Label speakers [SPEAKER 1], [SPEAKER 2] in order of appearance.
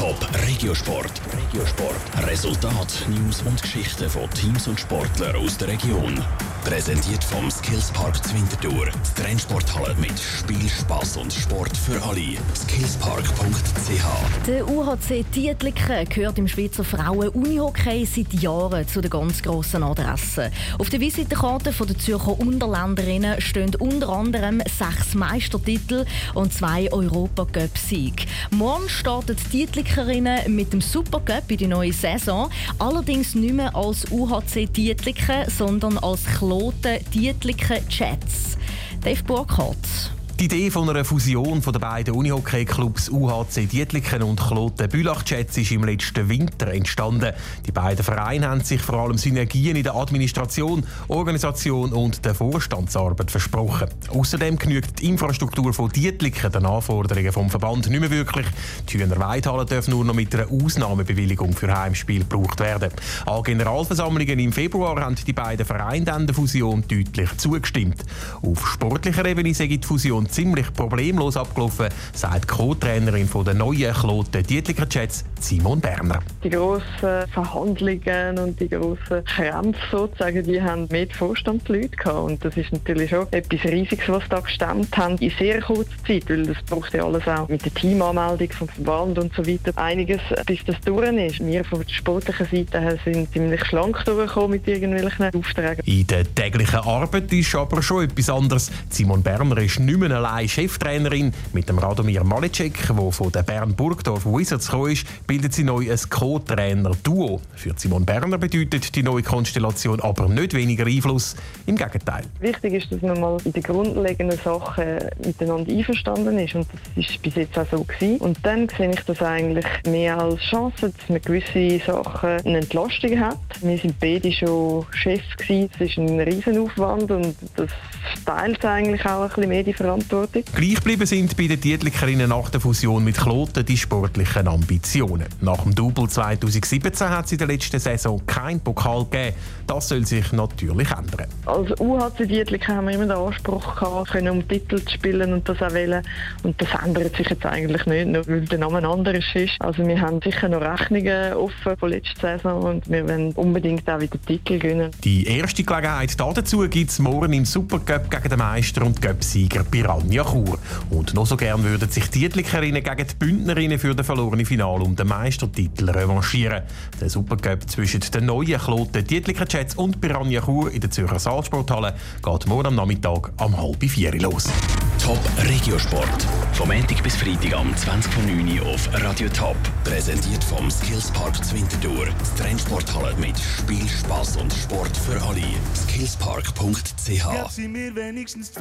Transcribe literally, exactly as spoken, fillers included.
[SPEAKER 1] Top Regiosport. Regiosport. Resultat, News und Geschichten von Teams und Sportlern aus der Region. Präsentiert vom Skillspark Zwintertour. Die Trennsporthalle mit Spiel, Spass und Sport für alle. skillspark punkt c h.
[SPEAKER 2] Der U H C Dietliken gehört im Schweizer Frauen-Unihockey seit Jahren zu den ganz grossen Adressen. Auf der Visitenkarte der Zürcher Unterländerinnen stehen unter anderem sechs Meistertitel und zwei Europacup-Siege. Morgen starten die Dietlikerinnen mit dem Supercup in die neue Saison. Allerdings nicht mehr als U H C Dietliken, sondern als Kloten Dietliken Jets. Dave Burkhardt.
[SPEAKER 3] Die Idee von einer Fusion von den beiden Unihockey-Clubs U H C Dietliken und Kloten Bülach Jets ist im letzten Winter entstanden. Die beiden Vereine haben sich vor allem Synergien in der Administration, Organisation und der Vorstandsarbeit versprochen. Außerdem genügt die Infrastruktur von Dietliken den Anforderungen vom Verband nicht mehr wirklich. Die Hühner Weidhalle dürfen nur noch mit einer Ausnahmebewilligung für Heimspiele gebraucht werden. An Generalversammlungen im Februar haben die beiden Vereine dann der Fusion deutlich zugestimmt. Auf sportlicher Ebene sei die Fusion ziemlich problemlos abgelaufen, sagt die Co-Trainerin der neuen Kloten Dietliken Jets, Simon Berner.
[SPEAKER 4] Die grossen Verhandlungen und die grossen Kämpfe sozusagen, die haben mehr die Vorstandsleute gehabt. Und das ist natürlich schon etwas Riesiges, was da gestemmt haben in sehr kurzer Zeit, weil das braucht ja alles auch mit der Teamanmeldung vom Verband und so weiter. Einiges, bis das durch ist. Wir von der sportlichen Seite her sind ziemlich schlank durchgekommen mit irgendwelchen Aufträgen.
[SPEAKER 3] In der täglichen Arbeit ist aber schon etwas anderes. Simon Berner ist nicht mehr allein Cheftrainerin. Mit dem Radomir Malecek, der von der Bern Burgdorf Wizards gekommen ist, bildet sie neu ein Co-Trainer-Duo. Für Simon Berner bedeutet die neue Konstellation aber nicht weniger Einfluss. Im Gegenteil.
[SPEAKER 4] Wichtig ist, dass man mal in den grundlegenden Sachen miteinander einverstanden ist. Und das ist bis jetzt auch so gewesen. Und dann sehe ich das eigentlich mehr als Chance, dass man gewisse Sachen eine Entlastung hat. Wir sind beide schon Chefs gewesen. Das ist ein Riesenaufwand und das teilt eigentlich auch ein bisschen mehr die Verantwortung.
[SPEAKER 3] Gleich geblieben sind bei den Dietlikerinnen nach der Fusion mit Kloten die sportlichen Ambitionen. Nach dem Double zweitausendsiebzehn hat es in der letzten Saison keinen Pokal gegeben. Das soll sich natürlich ändern.
[SPEAKER 4] Als U H C Dietliken haben wir immer den Anspruch gehabt, können um Titel zu spielen und das auch wollen. Und das ändert sich jetzt eigentlich nicht, nur weil der Name anders ist. Also wir haben sicher noch Rechnungen offen von letzter Saison und wir wollen unbedingt auch wieder Titel gewinnen.
[SPEAKER 3] Die erste Gelegenheit dazu gibt es morgen im Supercup gegen den Meister und Cup-Sieger Piranha Chur. Und noch so gern würden sich die Dietlikerinnen gegen die Bündnerinnen für das verlorene Finale um den Meistertitel revanchieren. Der Supercup zwischen den neuen Kloten Dietliken Jets und Piranha Chur in der Zürcher Saalsporthalle geht morgen am Nachmittag um halb vier los.
[SPEAKER 1] Top Regiosport. Vom Montag bis Freitag am zwanzig vor neun auf Radio Top. Präsentiert vom Skillspark Zwintertour. Die Trennsporthalle mit Spiel, Spass und Sport für alle. skillspark punkt c h.